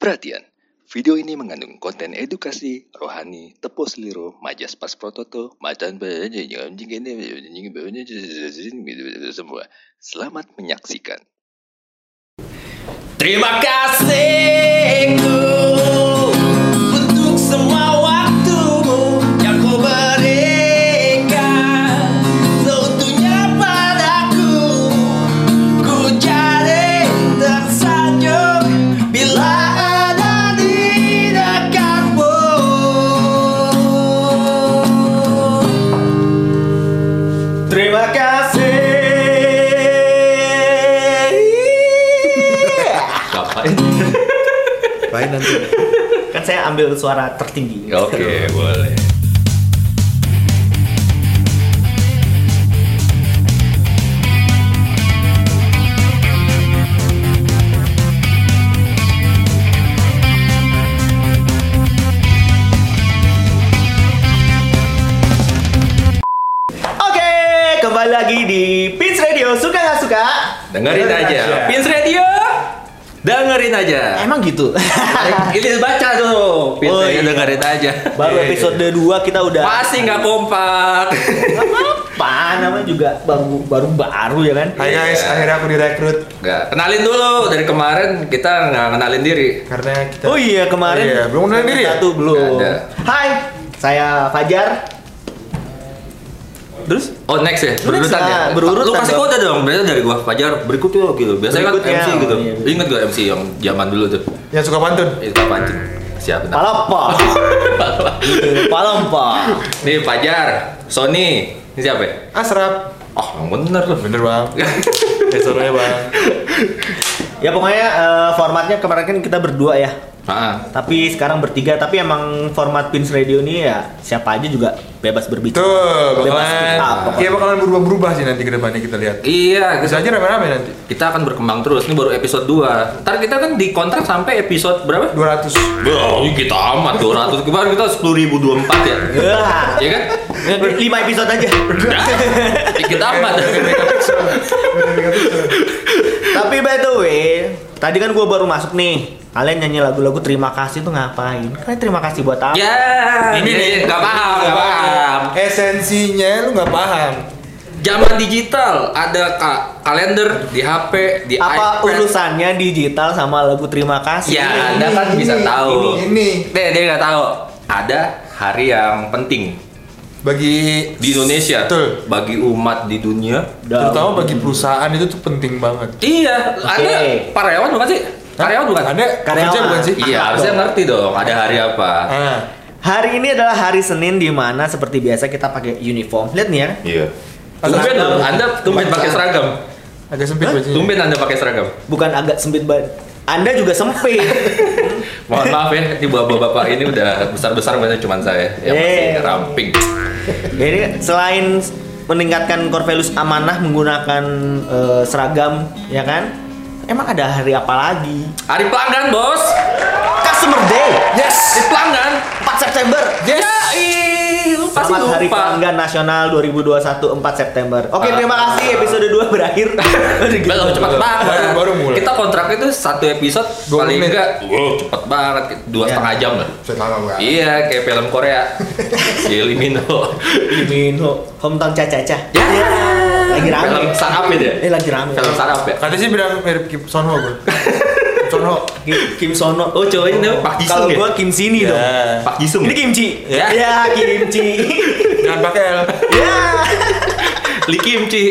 Perhatian, video ini mengandung konten edukasi, rohani, tepo seliro, majas pas prototo, macan semua. Selamat menyaksikan. Terima kasihku untuk semua waktumu yang kau berikan seutuhnya padaku. Ku jadi tersanjung bila ada di dekatmu. Terima kasih. Baik nanti. Kan saya ambil suara tertinggi. Oke, boleh. Oke, kembali lagi di Pins Radio. Suka nggak suka? Dengerin aja. Pins Radio. Dengerin aja. Emang gitu. Ini baca tuh. Oh, iya. Dengerin aja. Baru episode 2 kita udah. Pasti nggak kompak. Nggak apa-apa, namanya juga baru ya kan? Hai guys, akhirnya aku direkrut Nggak. Kenalin dulu. Dari kemarin kita nggak kenalin diri. karena kita. Oh iya, kemarin. Iya, belum kenalin diri ya? Satu belum. Nggak ada. Hai, saya Fajar. Terus? Oh, next ya? Berurutan Next, ya? berurutan Lu kasih dong. kode dong. Berarti dari gua Fajar berikutnya gitu. Biasanya kan Berikutnya, MC gitu. oh, iya. Ingat gak MC yang zaman dulu tuh? Yang suka pantun. Itu apaan sih? Siapa? Palapa. Palapa. Nih Fajar, Sony. Ini siapa ya? Asrap. Oh, yang bener loh. Bener bang. Esornya bang. Ya pokoknya formatnya kemarin kan kita berdua ya. Tapi sekarang bertiga. Tapi emang format Pins Radio ini ya siapa aja juga bebas berbicara. Tuh, Bebas speak up, bakalan. pokoknya. Iya bakalan berubah-berubah sih nanti ke depannya kita lihat. Iya, Bisa aja rame-rame nanti. kita akan berkembang terus. Ini baru episode 2. Ntar kita kan dikontrak sampai episode berapa? 200. Oh, kita amat 200. Kemarin kita 10.024 ya. Wah. Iya kan? 5 episode aja. Udah. Kita amat. Tapi by the way, tadi kan gua baru masuk nih. Kalian nyanyi lagu-lagu terima kasih tuh ngapain? Kalian terima kasih buat apa? Ya, Ini nih, nggak paham, nggak paham. Esensinya lu nggak paham. Zaman digital ada kalender di HP, di Apa iPad. urusannya digital sama lagu terima kasih? Ya, Anda kan bisa tahu. Ini Dia nggak tahu. Ada hari yang penting bagi di Indonesia, Betul. bagi umat di dunia. Terutama bagi perusahaan itu tuh penting banget. Iya, ada karyawan bukan sih? Karyawan bukan? Ada Karyawan. kerja bukan sih? Iya, harusnya ngerti dong. Ada hari apa? Ah, Hari ini adalah hari Senin di mana seperti biasa kita pakai uniform. Lihat nih ya. Iya. Agak Tumben seragam. loh, Anda tumben pakai seragam. agak sempit bajunya. Tumben Anda pakai seragam. Bukan agak sempit banget. Anda juga sempit. Mohon maaf ya, di bapak-bapak ini udah besar-besar, biasanya cuma saya yang masih ramping. Jadi selain meningkatkan core values amanah menggunakan seragam, ya kan? Emang ada hari apa lagi? Hari pelanggan, Bos. Customer Day. Yes, di pelanggan. 4 September. Yes. Lu pasti Selamat Hari lupa. Pelanggan Nasional 2021 4 September. Oke, Ah. terima kasih episode 2 berakhir. Belum cepat banget. Baru mulai. Kita kontraknya itu 1 episode 20 paling menit. enggak. Wow, cepet banget. 2,5 jam lah. Set lama banget. Iya, kayak film Korea. Si Lee Min Ho. Minho, Hometown Caca-Caca. Ya. Lagi rame. Film startup itu ya? Lagi rame. Film startup ya? Katanya sih bilang mirip Kim Son Ho gue. Son Ho. Kim Sono. Oh, cowoknya namanya Pak Jisung Kalau ya? gua Kim Sini dong. Pak Jisung. Ini kimchi. Ya. Ya, kimchi. Jangan pakai L. Ya. Lee Kimchi.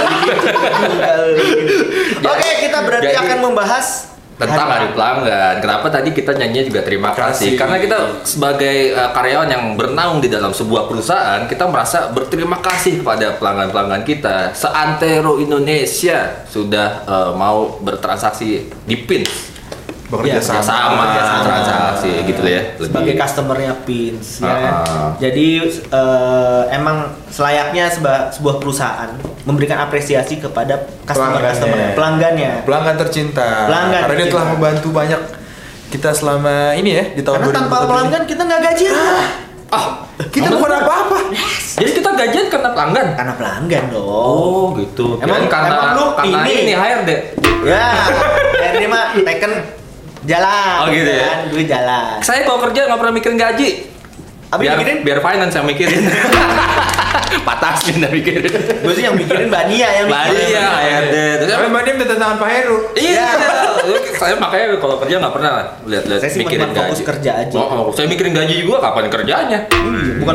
Oke, kita berarti Jadi- akan membahas Tentang hari pelanggan. Kenapa tadi kita nyanyi juga terima kasih? Karena kita sebagai karyawan yang bernaung di dalam sebuah perusahaan, kita merasa berterima kasih kepada pelanggan-pelanggan kita. Seantero Indonesia sudah mau bertransaksi di PINS. Bekerja Iya, Sama Kerjasama. transaksi gitu ya. sebagai customernya Pins ya kan? Ah. Jadi emang selayaknya sebuah perusahaan memberikan apresiasi kepada customer pelanggannya. Pelanggan tercinta. Pelanggan Karena dia tercinta. telah membantu banyak kita selama ini ya di tahun Karena tanpa 2021 pelanggan kita nggak gajian. kita bukan apa-apa. Jadi kita gajian karena pelanggan. Karena pelanggan dong. Oh gitu. Emang- Kirain karena emang lu karena ini? HRD. Ya, ini mah Tekken. Jalan. Oh gitu ya. Duit jalan. Saya kalau kerja nggak pernah mikirin gaji. Biar finance yang mikirin. Patasin yang mikirin. Gue sih yang mikirin Mbak Nia yang mikirin. Terus Mbak Nia minta tantangan Pak Heru. Iya. Saya makanya kalau kerja nggak pernah lihat-lihat mikirin gaji. Fokus kerja aja. Saya mikirin gaji juga kapan kerjanya. Bukan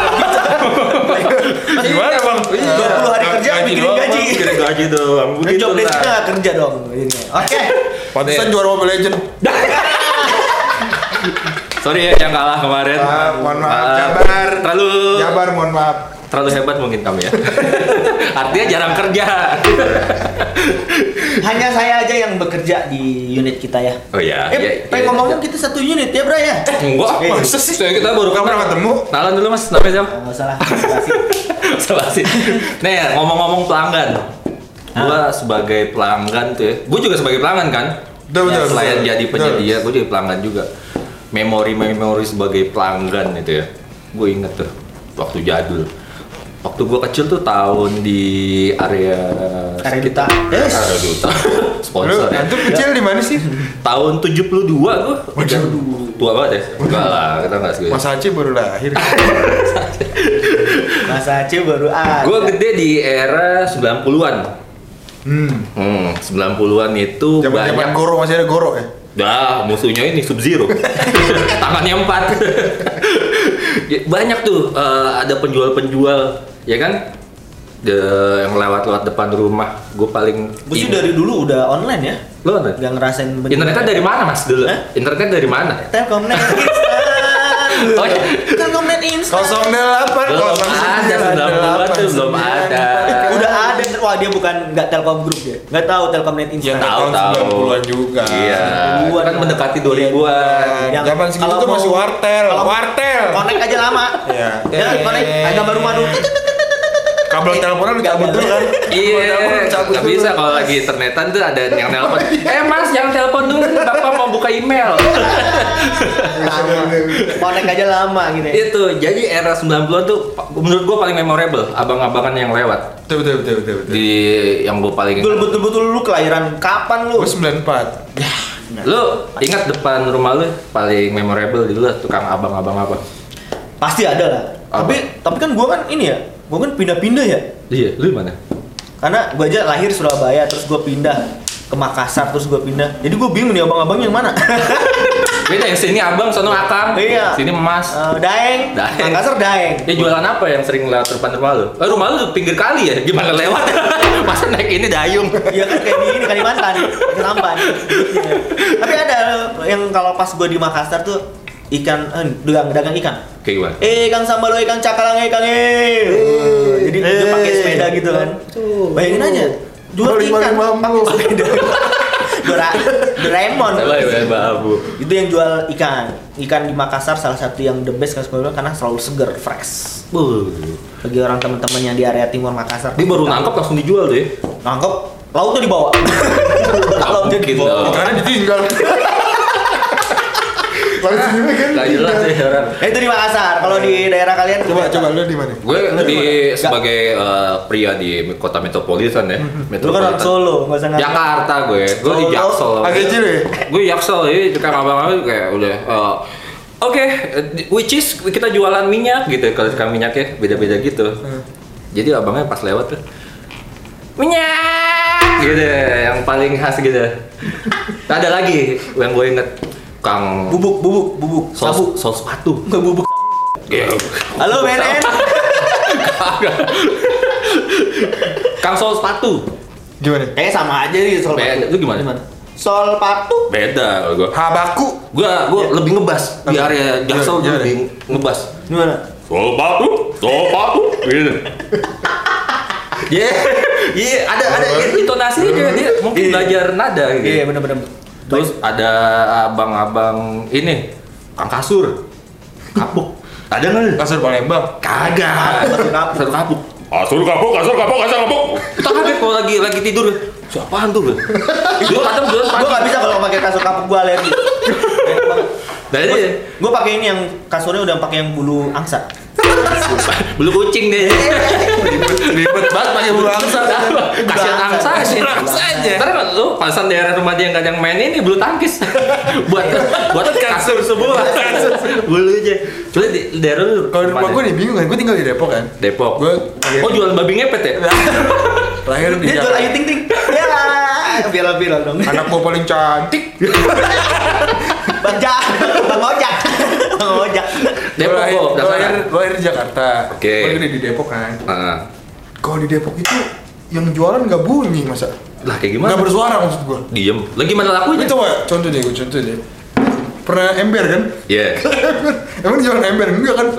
Gimana bang? 20 hari kerja mikirin gaji. Mikirin gaji doang. Job desk-nya kerja dong. Oke. Pantesan juara Mobile Legend. Sorry ya yang kalah kemarin. Mohon maaf. Jabar, mohon maaf. Terlalu hebat mungkin kamu ya. Artinya jarang kerja. Hanya saya aja yang bekerja di unit kita ya. Oh iya. Ngomong kita satu unit ya, Bro ya? Enggak, masa sih? Kita baru pernah ketemu. Kenalan dulu Mas, namanya siapa? Enggak salah. Basi. Nih, ngomong-ngomong pelanggan. Gua sebagai pelanggan tuh ya. Gua juga sebagai pelanggan kan? Betul. Selain jadi penyedia, gua jadi pelanggan juga. Memori sebagai pelanggan itu ya. Gue inget tuh waktu jadul. Waktu gue kecil tuh tahun di area Duta. Area Duta. Sponsor ya. Antum kecil di mana sih? Tahun 72 gue. Tua banget ya? Enggak lah, kita enggak segitu. Mas Aceh baru lahir. Mas Aceh baru ada. Gue gede di era 90-an. 90-an itu Zaman banyak. Goro masih ada Goro ya? Dah, musuhnya ini Sub-Zero. Tangannya 4. Banyak tuh ada penjual-penjual, ya kan? Yang lewat-lewat depan rumah. Gue sih dari dulu udah online ya. Lo online? Gak ngerasain Internetnya dari mana Mas dulu? Internetnya dari mana? Telkomnet instan. Oh iya. Telkomnet instan. 08. Belum ada, 98 tuh belum ada. Udah ada. Wah, dia bukan nggak Telkom Group ya. Nggak tahu Telkomnet instan. Tahu. 90-an juga. Iya. Kan mendekati 2000-an. Zaman segitu tuh masih wartel. Connect aja lama. Iya. Ya, connect agak baru madu. Kabel teleponan udah cabut dulu kan? Iya, nggak bisa kalau lagi internetan tuh ada yang nelpon. Mas, jangan telepon dulu, Bapak mau buka email. Connect aja lama gitu ya. Itu, jadi era 90-an tuh menurut gua paling memorable, abang-abangan yang lewat. Betul. Di yang gua paling Betul lu kelahiran kapan lu? Gue 94. Lu ingat depan rumah lu paling memorable dulu lah tukang abang-abang apa? Pasti ada lah. Apa? Tapi kan gua kan ini ya. Gue kan pindah-pindah ya. Iya, lu mana? Karena gue aja lahir Surabaya, terus gue pindah ke Makassar, terus gue pindah. Jadi gue bingung nih abang-abang yang mana. Beda yang sini abang, sono akang. Iya. Sini mas. Daeng. Makassar Daeng. Jualan apa yang sering lewat depan rumah lu? Rumah lu pinggir kali ya? Gimana lewat? Masa naik ini dayung? Iya kan kayak di ini Kalimantan, Kesampan. Tapi ada yang kalau pas gue di Makassar tuh ikan, dagang ikan. Kayak gimana? Ikan sambal, ikan cakalang, ikan jadi dia pakai sepeda gitu kan. Bayangin aja, jual ikan pakai sepeda. Doraemon. Itu yang jual ikan di Makassar, salah satu yang the best karena selalu seger, fresh. Bagi orang teman-teman yang di area timur Makassar. Dia baru nangkep langsung dijual tuh ya? Nangkep, lautnya dibawa. Lautnya dibawa. Karena ditinggal. Gak jelas sih orang. Itu di Makassar. Kalau di daerah kalian Coba lu di mana? Gue sebagai pria di kota metropolitan ya. Lu kan orang Solo, nggak usah ngatain. Jakarta gue di Jaksel. Agak kecil ya? Gue Jaksel ya, tukang abang-abang kayak udah. Oke, which is kita jualan minyak gitu. Kalau tukang minyaknya beda-beda gitu. Jadi abangnya pas lewat tuh minyak gitu, yang paling khas gitu. Ada lagi yang gue inget. Kang bubuk sabu sepatu nggak bubuk halo BNN Kang sol sepatu gimana? Sama aja nih sol sepatu. Lu gimana? Sol sepatu beda kalau gua lebih ngebas di area Jaksel, lebih ngebas. Gimana? Sol sepatu gitu. Iya, ada intonasinya dia mungkin belajar nada gitu. Iya, benar. Terus ada abang-abang ini, Kang Kasur, kapuk. Ada nggak? Kasur Palembang? Kagak. Kasur kapuk. Kasur kapuk. Kita kaget kalau lagi tidur. Siapaan tuh? Itu kadang gue nggak bisa kalau pakai kasur kapuk, gue alergi. Gue pakai ini yang kasurnya udah pakai yang bulu angsa. Bulu kucing deh. Ribet banget pakai bulu angsa. Kasihan angsa aja. Ntar lu pasang daerah rumah dia nggak ada yang main ini bulu tangkis. buat kasur sebuah. Bulu aja. Coba di daerah lu. Kalau di rumah gue nih bingung kan, gue tinggal di Depok kan. Depok. Gue jualan babi ngepet ya? lahir di Dia jual Ayu Ting Ting. Ya, viral dong. Anak gue paling cantik. Bang Ojak. Depok kok. Lahir di Jakarta. Oke. Gue gede di Depok kan. Heeh. Kalau di Depok itu yang jualan nggak bunyi masa? Lah kayak gimana? Nggak bersuara maksud gue. Diem. Lah gimana lakunya? Gue coba contoh deh. Pernah ember kan? Iya. Emang jualan ember enggak kan?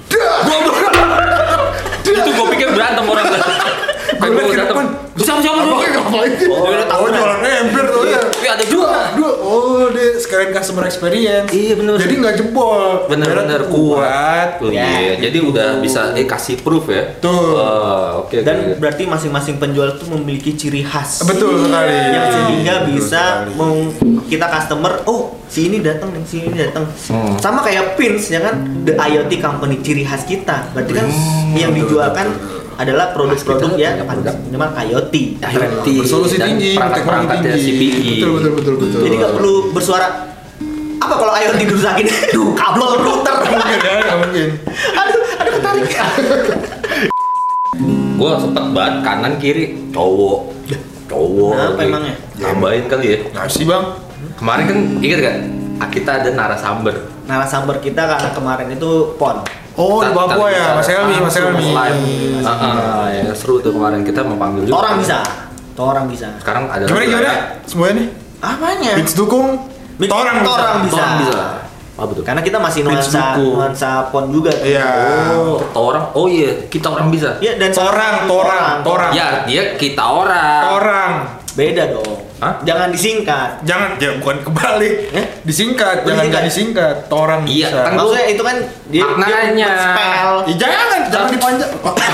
Itu gue pikir berantem orang. Gue liat ke depan. Siapa Ngapain? Oh, jualan ember tuh ya. Iya ada juga. Oh, dia sekalian customer experience. Iya, bener. Jadi nggak jebol. Bener kuat. Oh iya, jadi udah bisa kasih proof ya. Tuh. Oke. Dan berarti masing-masing penjual tuh memiliki ciri khas. Betul sekali. Yang sehingga Betul bisa sekali. kita customer, oh si ini datang nih, si ini datang. Sama kayak Pins ya kan, the IoT company ciri khas kita. Berarti kan yang dijualkan adalah produk-produk ya minimal IoT. Bersolusi dan tinggi, perangkat-perangkat teknologi tinggi. CPI. Betul. Jadi nggak perlu bersuara. Apa kalau IoT dirusakin? Duh, kabel router. Nggak mungkin. Aduh ketarik. Gua sempet banget kanan kiri cowok. Kenapa emangnya? Tambahin kali ya. Nasi bang. Kemarin kan ingat gak? Kita ada narasumber. Narasumber kita karena kemarin itu PON. Oh di Papua ya, Mas Helmi. Ya, seru tuh kemarin kita mau panggil juga. Orang bisa. Sekarang ada. Gimana? Semuanya nih. Apanya? Mix dukung. Torang bisa. Apa tuh? Karena kita masih nuansa PON juga. Iya. Oh iya, kita orang bisa. Iya dan Torang. Ya, dia kita orang. Torang. Beda dong. Hah? Jangan disingkat. Jangan, bukan kebalik. Oh, Disingkat, jangan disingkat. nggak disingkat. Torang Iya, bisa. kan Maksudnya itu kan dia maknanya. spell. Jangan dipanjang.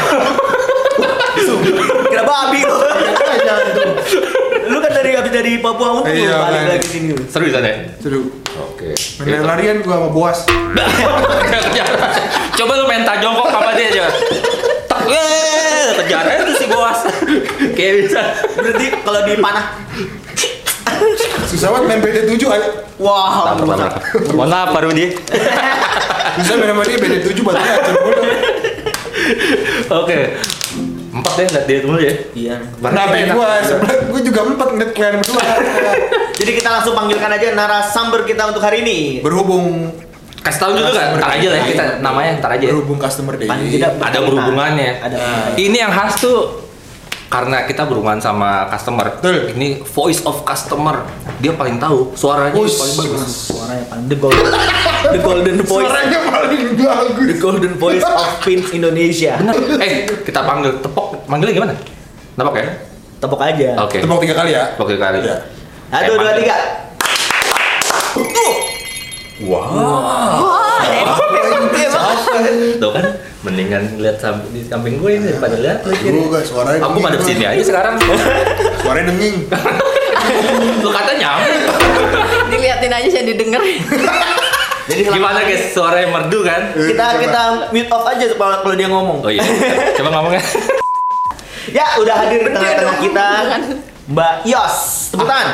Kira babi lu. Jangan tuh. Lu kan habis dari Papua Ungu Iya, balik kan. lagi sini. Seru di sana ya? Seru. Oke. Main larian gua sama Boas. Coba lu main tajongkok sama dia aja. Kejar itu si Boas. Kayak bisa. Berarti kalau di panah. Susah banget main BD7 ayo. Wah, Mohon maaf Pak Rudi. Susah main sama dia BD7 baterainya hancur mulu. Oke. 4 deh, lihat dia dulu ya. Iya. Kenapa gua juga 4 ngeliat kalian berdua. Jadi kita langsung panggilkan aja narasumber kita untuk hari ini. Berhubung Kasih tahu dulu kan? Ntar aja lah ya, kita namanya ntar aja. berhubung customer day. Paling tidak Ada berhubungannya. Ada. Ini yang khas tuh karena kita berhubungan sama customer. Betul. Ini voice of customer. Dia paling tahu suaranya paling bagus. Suaranya paling the golden voice. Suaranya paling bagus. The golden voice of Pins Indonesia. Kita panggil tepok. Manggilnya gimana? Tepok ya? Tepuk aja. Oke. Tepuk 3 kali ya. Tepok 3 kali. Iya. 1, 2, 3. Tuh kan, mendingan lihat di samping gue ini daripada lihat lu kiri. Gua suaranya. Aku pada sini aja sekarang. Suaranya denging. Lu kata nyampe. Diliatin aja sih didengerin. Jadi Gimana guys, suaranya merdu kan? kita mute off aja kalau dia ngomong. Oh iya, coba ngomongnya. Ya, udah hadir di tengah-tengah kita Mbak Yos. Tepuk tangan.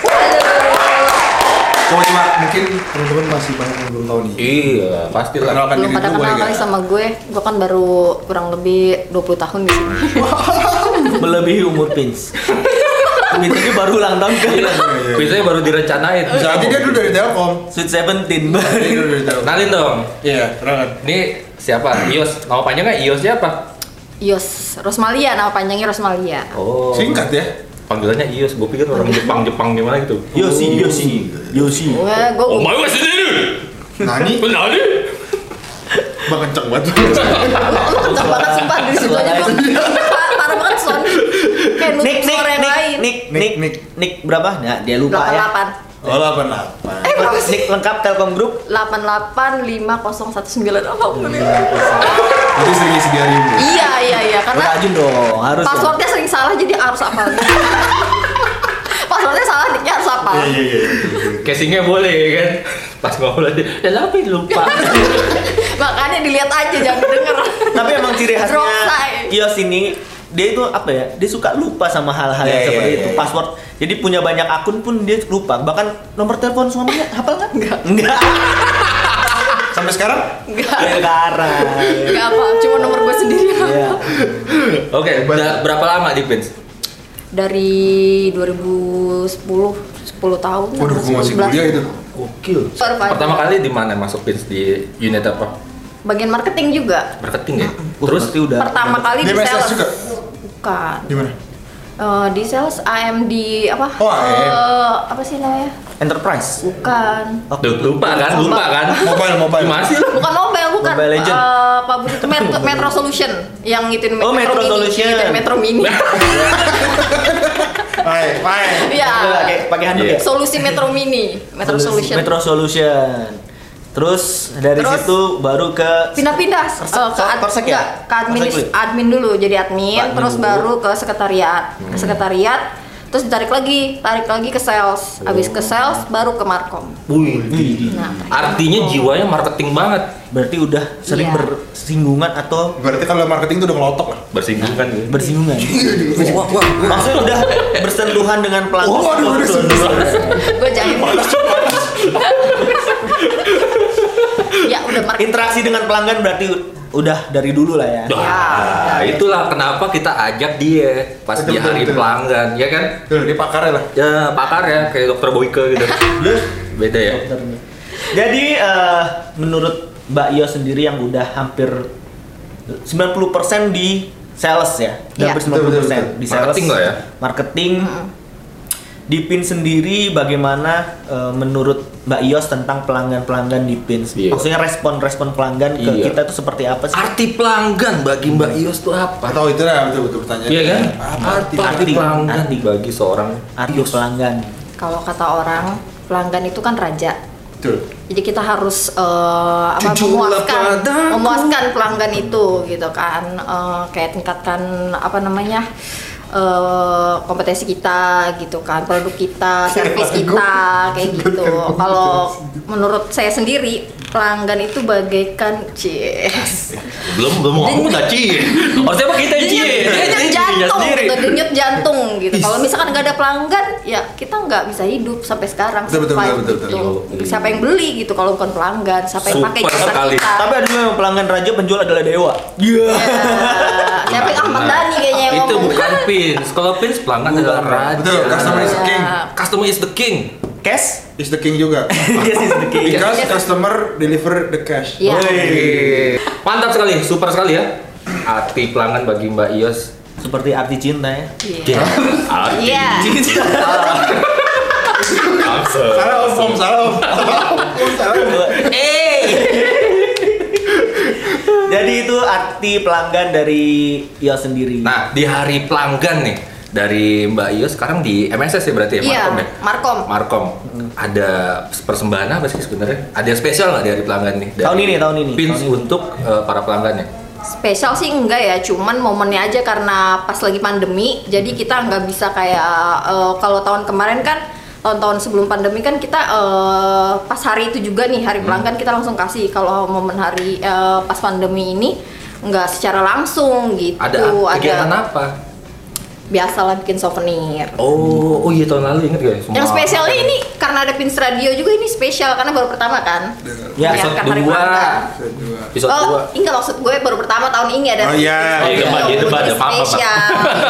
Coba mungkin teman-teman masih banyak yang belum tahu nih. Iya, pasti lah. Kenalkan Belum diri pada dulu boleh kenal kali nggak? sama gue. Gue kan baru kurang lebih 20 tahun di sini. Melebihi umur Pins. Pins ini baru ulang tahun kan? Biasanya baru direncanain. Jadi dia dulu dari Telkom. Sweet 17 Mbak. Dia dulu dari Telkom. Kenalin dong. Iya, kenalkan. Ini siapa? Ios. Nama panjangnya Ios siapa? Yos Rosmalia, nama panjangnya Rosmalia. Oh. Singkat ya. Panggilannya Ios. Gue pikir orang Jepang gimana gitu. Yosi. Gue Oh my god sendiri. Nani. Nani. Bang kenceng banget. kenceng banget sumpah dari situ aja gue parah banget son. Kayak nutup suara yang lain. Nick berapa? Nah, dia lupa ya. 88. Oh, 88. Berapa sih? Nick lengkap Telkom Group 885019. Alhamdulillah. Jadi sering isi 3.000. Iya karena rajin dong, harus. passwordnya sering salah jadi harus hafal. Passwordnya salah, nicknya harus hafal. Iya. Casingnya boleh kan? Pas ngobrol dia, ya tapi lupa. Makanya dilihat aja, jangan denger. Tapi emang ciri khasnya Rocksai. iOS ini dia itu apa ya? Dia suka lupa sama hal-hal yang seperti itu. Password. Jadi punya banyak akun pun dia lupa. Bahkan nomor telepon suaminya hafal kan? Enggak. Sampai sekarang? Enggak. Sekarang. Enggak apa, cuma nomor gue sendiri. Iya. Oke, udah berapa lama di Pins? Dari 2010, 10 tahun. Waduh, gue masih 11. kuliah itu. Gokil. Survive. Pertama kali di mana masuk Pins, di unit apa? Bagian marketing juga. Marketing ya? Terus Terus udah. Pertama kali Di di MSS sales. juga? Bukan. Di mana? Di sales AM di apa? Oh, AM. Apa sih namanya? Enterprise. Bukan. Duh, lupa kan? Mobile. Gimana sih lu? Bukan bukan. Mobile Legend. Pak Budi itu Metro Solution yang ngituin Oh, Metro Mini, Solution. ngituin Metro Mini. Baik. Iya. Pakai handuk ya? Solusi Metro Mini, Metro Solution. Metro Solution. Terus dari Terus situ baru ke pindah-pindah Korsek ya? enggak, ke admin dulu, jadi admin, terus baru ke sekretariat. Ke sekretariat, terus tarik lagi ke sales. Habis ke sales baru ke markom. Wih. Nah, Artinya jiwanya marketing banget. Berarti udah sering Iya. bersinggungan atau Berarti kalau marketing itu udah ngelotok lah. Bersinggungan gitu. bersinggungan. Maksudnya udah bersentuhan dengan pelanggan. Waduh, udah sentuhan. gue jahit. Ya udah marketing. Interaksi dengan pelanggan berarti udah dari dulu lah ya. Nah, itulah kenapa kita ajak dia pas di hari Betul. pelanggan, ya kan? Tuh, dia pakarnya lah. Ya pakar ya, kayak dokter Boyke gitu. Beda ya. Jadi menurut Mbak Iyo sendiri yang udah hampir 90% di sales ya. Iya. Hampir 90% di sales. Marketing lah ya. Marketing. Di PIN sendiri bagaimana menurut Mbak Ios tentang pelanggan-pelanggan di PIN? Iya. Maksudnya respon-respon pelanggan ke Iya. kita itu seperti apa sih? Arti pelanggan bagi Mbak Ios itu apa? Atau itu lah betul pertanyaan. Iya kan? Apa arti? Arti pelanggan Arti. bagi seorang Arti pelanggan. Kalau kata orang, pelanggan itu kan raja. Betul. Jadi kita harus Jujurlah padaku. memuaskan pelanggan itu gitu kan. Kayak tingkatkan kompetensi kita gitu kan, produk kita, servis kita kayak gitu. Kalau menurut saya sendiri pelanggan itu bagaikan belum ngomong nggak cie. Harusnya apa kita cie? denyut jantung gitu, denyut jantung gitu. Kalau misalkan nggak ada pelanggan, ya kita nggak bisa hidup sampai sekarang. Betul, survive betul. gitu. Siapa yang beli gitu kalau bukan pelanggan? Siapa yang pakai Super jasa sekali. kita? Tapi ada juga yang pelanggan raja, penjual adalah dewa. Ya, siapa yang Ahmad Dhani kayaknya yang Itu ngomong. bukan Pins. Kalau Pins pelanggan adalah raja. Betul, customer is the king. Customer is the king. Cash? Is the king juga. Yes, is the king. Because Yes. customer deliver the cash. Iya. Mantap sekali, super sekali ya. Arti pelanggan bagi Mbak Ios. Seperti arti cinta ya. Iya. Arti Iya. langsung. Salah om, salah om. Jadi itu arti pelanggan dari Ios sendiri. Nah, di hari pelanggan nih dari Mbak Ios sekarang di MSS ya berarti ya, Iya, Markom ya? Markom. Markom. Ada persembahan apa sih sebenarnya? Ada yang spesial nggak di hari pelanggan nih? Dari Tahun ini. Pins Tahun ini. untuk para pelanggannya. Spesial sih enggak ya, cuman momennya aja karena pas lagi pandemi, jadi kita nggak bisa kayak kalau tahun kemarin kan, tahun-tahun sebelum pandemi kan kita pas hari itu juga nih hari pelanggan kita langsung kasih. Kalau momen hari pas pandemi ini nggak secara langsung gitu. Ada kegiatan apa? Biasalah bikin souvenir. Oh iya tahun lalu inget gak ya? Yang spesialnya ini karena ada Pins Radio juga, ini spesial karena baru pertama kan. Ya, episode kan hari 2. pelanggan. Episode Oh, 2. enggak maksud gue baru pertama tahun ini ada. Oh, iya. Pins Iya, Radio, debat, jadi maaf. spesial.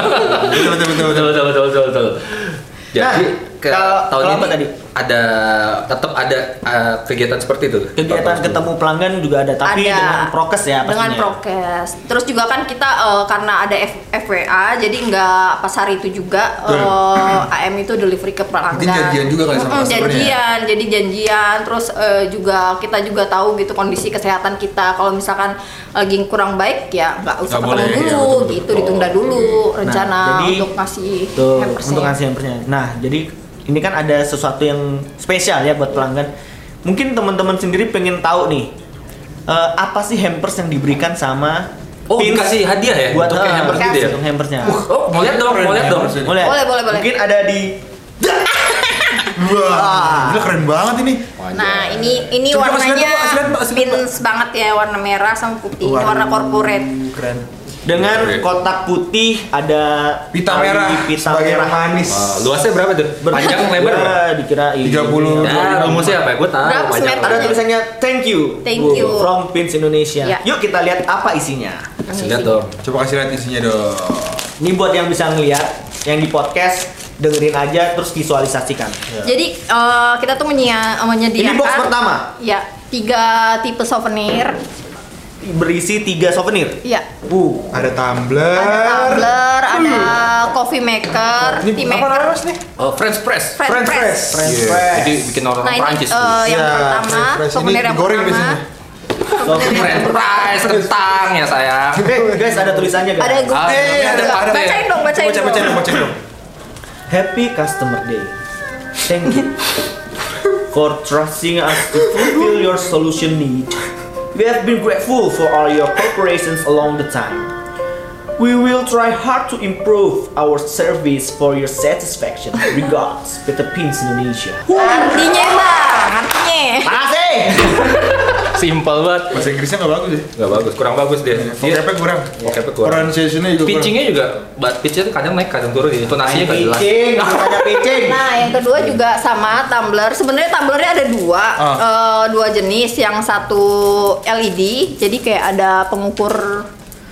Betul. Jadi kalau tahun apa ini tadi? tetap ada kegiatan seperti itu. Kegiatan ketemu pelanggan juga ada, tapi Ada. dengan prokes ya pastinya. Dengan prokes. Terus juga kan kita karena ada FWA, jadi nggak pas hari itu juga AM itu delivery ke pelanggan. Mungkin janjian juga kali sama customer-nya ya? Janjian, jadi janjian. Terus juga kita juga tahu gitu kondisi kesehatan kita. Kalau misalkan lagi kurang baik ya nggak usah Nggak ketemu boleh, dulu, ya, betul. gitu ditunda dulu rencana jadi, untuk ngasih Tuh, hampersnya. untuk ngasih hampersnya. Nah, jadi ini kan ada sesuatu yang spesial ya buat pelanggan. Mungkin teman-teman sendiri pengen tahu nih, apa sih hampers yang diberikan sama Oh, Pins kasih hadiah ya? buat Untuk kayak hampers gitu ya? untuk hampersnya. Oh, mau lihat dong. Boleh. Boleh. Mungkin ada di Wah, gila keren banget ini. Nah, ini Coba warnanya kasih lihat, Pak. pins banget ya, warna merah sama putih. Ini warna corporate. Keren. Dengan kotak putih ada Pita merah pita sebagai merah. manis. Luasnya berapa tuh? Panjang lebar berapa? Dikirain 30. Ya, rumusnya apa? Gue tahu. Berapa Panjang. meter? Ada tulisannya thank you. Thank you. From Pins Indonesia. Ya. Yuk kita lihat apa isinya. Kasih lihat dong. Coba kasih lihat isinya dong. Ini buat yang bisa ngeliat, yang di podcast dengerin aja terus visualisasikan. Jadi kita tuh menyediakan. Ini box pertama Ya, 3 tipe souvenir. berisi 3 souvenir. Ya. Ada tumbler. Ada tumbler, ada coffee maker, Ini tea apa maker, namanya Mas nih? French press. French press. Iya. Jadi bikin orang Nah, ini Prancis. yang Iya, pertama, French press. souvenir Ini yang digoreng pertama. biasanya. French fries kentang ya sayang. Guys, ada tulisannya guys. Ada gue. ada. Bacain dong. Baca dong. Happy Customer Day. Thank you for trusting us to fulfill your solution need. We have been grateful for all your cooperations along the time. We will try hard to improve our service for your satisfaction. Regards, PT Pins Indonesia. Artinya bang, artinya. Makasih. Simple banget. Bahasa Inggrisnya nggak bagus ya. Nggak bagus, kurang bagus dia. Vocabnya kurang. Vocabnya kurang. Pronunciation-nya juga kurang. Pitchingnya juga, pitchnya tuh kadang naik, kadang turun. Intonasinya nggak jelas. Pitching, banyak pitching. Nah, yang kedua juga sama tumbler. Sebenarnya tumblernya ada dua jenis. Yang satu LED, jadi kayak ada pengukur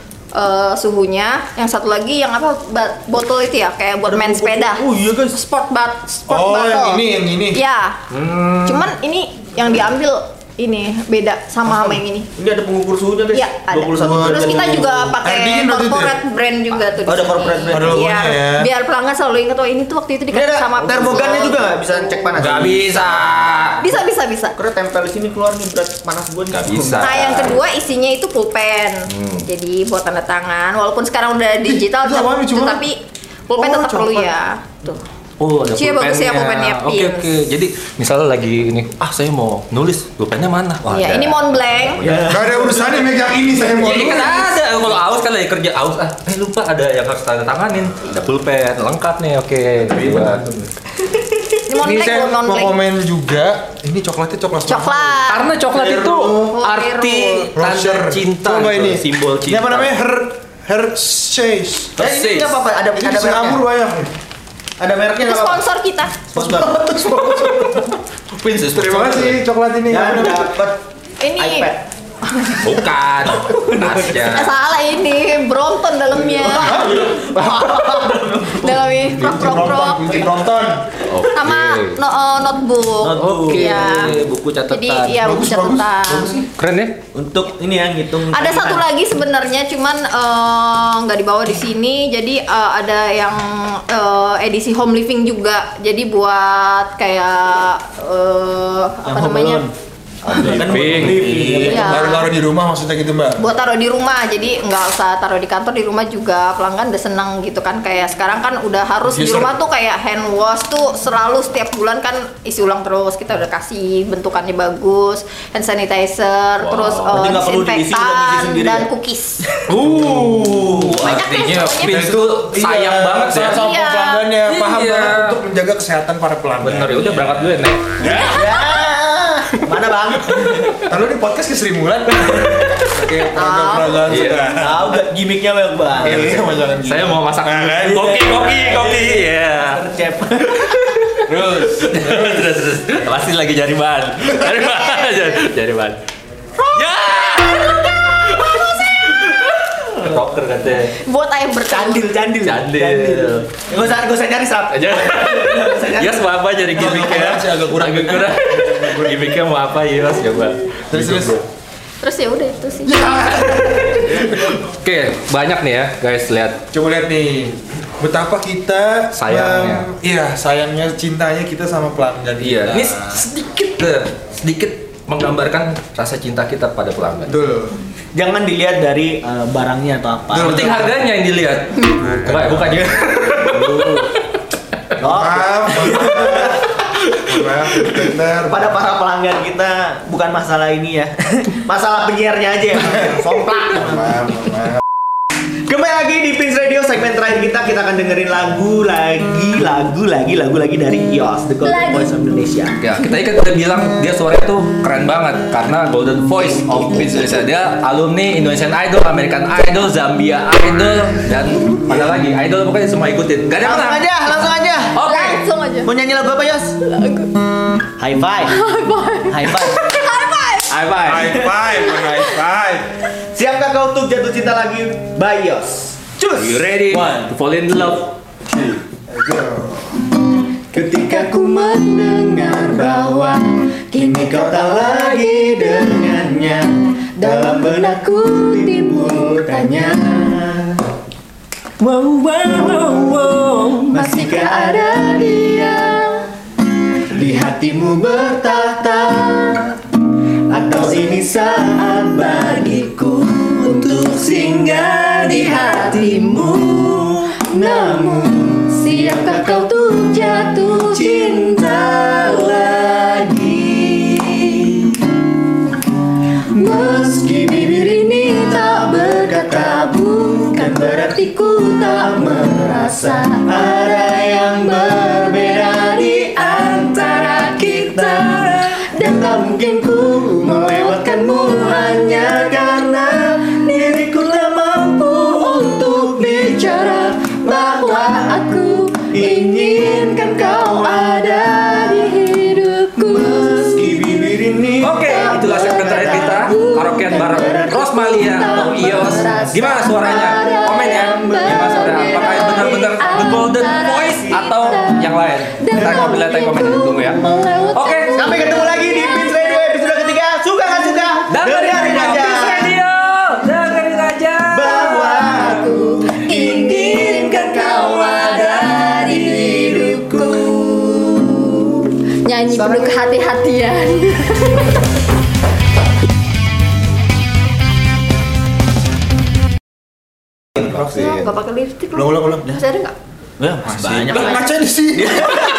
suhunya. Yang satu lagi yang apa? Botol itu ya, kayak buat main sepeda. Oh iya guys. Sport Oh, bottle. yang ini. Ya. Cuman ini yang diambil ini beda sama yang ini. Ini ada pengukur suhunya guys. Iya, ada. 21 Terus kita juga Air pakai dingin berarti itu corporate brand juga tuh. Oh, ada corporate brand. Ada logonya ya. Biar pelanggan selalu ingat, oh ini tuh waktu itu Ini dikasih ada sama termogannya juga nggak bisa cek panas? Nggak bisa. Bisa. Karena tempel di sini keluar nih berat panas gue nih. Nggak bisa. Nah, yang kedua isinya itu pulpen. Jadi buat tanda tangan. Walaupun sekarang udah digital, Itu apaan nih, cuma? tapi pulpen tetap perlu ya. Tuh. Oh, ada Cia, bagus ya pulpennya, Oke. Pins. Jadi misalnya lagi ini, saya mau nulis, pulpennya mana? Wah, Ya, ada. ini Montblanc. Gak ada urusannya megang ini saya mau. Ya, kan ada. Kalau aus kan lagi kerja aus. Lupa ada yang harus tanda tanganin. Ada pulpen, lengkap nih. Oke. Dua. Ini Ini Montblanc, saya mau Montblanc. komen juga. Ini coklatnya coklat. Coklat. Karena coklat itu arti Roger. tanda cinta, Coba itu, ini. simbol cinta. Ini apa namanya? Hershey's. Ini nggak apa-apa, ada Ini mereknya. Singapura banyak. Ada mereknya Itu nggak apa-apa. sponsor kita. Sponsor. Princess, Terima kasih coklat ini. Dan dapat Ini iPad. Bukan. Tasnya. salah ini Brompton dalamnya. Dalamnya prok. Kunci Brompton. Sama notebook. Oke. Iya. Buku catatan. Jadi ya buku Bagus, catatan. Keren ya? Untuk ini ya ngitung. Ada satu lagi sebenarnya, cuman nggak dibawa di sini. Jadi ada yang edisi home living juga. Jadi buat kayak apa namanya? Kan Living. Iya. Taruh di rumah maksudnya gitu Mbak. Buat taruh di rumah, jadi nggak usah taruh di kantor, di rumah juga pelanggan udah seneng gitu kan. Kayak sekarang kan udah harus di User. rumah tuh kayak hand wash tuh selalu setiap bulan kan isi ulang terus. Kita udah kasih bentukannya bagus, hand sanitizer, terus Berarti nggak perlu diisi, udah ngisi disinfektan sendiri dan ya? cookies. Artinya pokoknya Pins itu sayang banget ya. Sama Iya. pelanggannya paham Iya. banget untuk menjaga kesehatan para pelanggan. Bener ya, udah berangkat dulu ya, Nek. Ya. Mana bang? Lalu di podcast ke Sri Mulan. Oke, peragaan Iya. sudah. Tahu gak gimmicknya bang? Iya, jangan gitu. Saya mau masak koki ya. Chef. Terus pasti lagi cari bahan. Cari bahan. Ya. Rocker katanya. Buat ayam bercandil. Candil. Gak usah nyari sap. Aja. Ya mau apa jadi gimmicknya? Agak kurang. Gimmicknya mau apa ya Mas? Coba. Terus. Terus ya udah itu sih. Oke, banyak nih ya guys, lihat. Coba lihat nih. Betapa kita Sayangnya. sayangnya cintanya kita sama pelanggan Iya, kita. ini sedikit menggambarkan rasa cinta kita pada pelanggan. Betul. Jangan dilihat dari barangnya atau apa. Yang penting harganya yang dilihat. Bukan juga. Oh, Maaf, benar. pada para pelanggan kita bukan masalah ini ya. Masalah penyiarnya aja ya. Somplak. Maaf. Kembali lagi di Pins Radio segmen terakhir kita akan dengerin lagu lagi dari Yos, The Golden Voice of Indonesia. Ya, kita kan udah bilang dia suaranya tuh keren banget karena Golden Voice of Pins Indonesia. Dia alumni Indonesian Idol, American Idol, Zambia Idol, dan mana lagi Idol, pokoknya semua ikutin. Gak ada Langsung menang. aja. Oke. Langsung aja. Mau nyanyi lagu apa, Yos? High five. High five. High five. Siapkah kau untuk jatuh cinta lagi, by Yos? Are you ready to fall in love? Ketika ku mendengar bahwa kini kau tak lagi dengannya, dalam benakku timbul tanya, masihkah ada dia di hatimu bertahta, atau ini saat bagiku untuk singgah di hatimu? Namun siapkah kau untuk jatuh cinta lagi? Meski bibir ini tak berkata, bukan berarti ku tak merasa ada yang berbeda di antara kita. Dan tak mungkin ku melewatkanmu hanya karena diriku tak mampu untuk bicara bahwa aku inginkan kau ada di hidupku. Meski bibir ini Oke, itulah segmen terakhir kita. Karaokean bareng Rosmalia atau Ios. Gimana suaranya? Komen ya. Gimana suaranya? Apakah benar-benar The Golden Voice atau yang lain? Kita ngobrol lihat komen tunggu ya. Oke, sampai ketemu lagi di Pins Radio episode ketiga. Suka nggak suka? dengerin aja. Pins Radio, dengerin aja. Bahwa aku inginkan kau ada di hidupku. Nyanyi penuh kehati-hatian. Nggak pakai lipstick lu. Ulang. Masih ada nggak? Ya, masih banyak. Kaca di sini.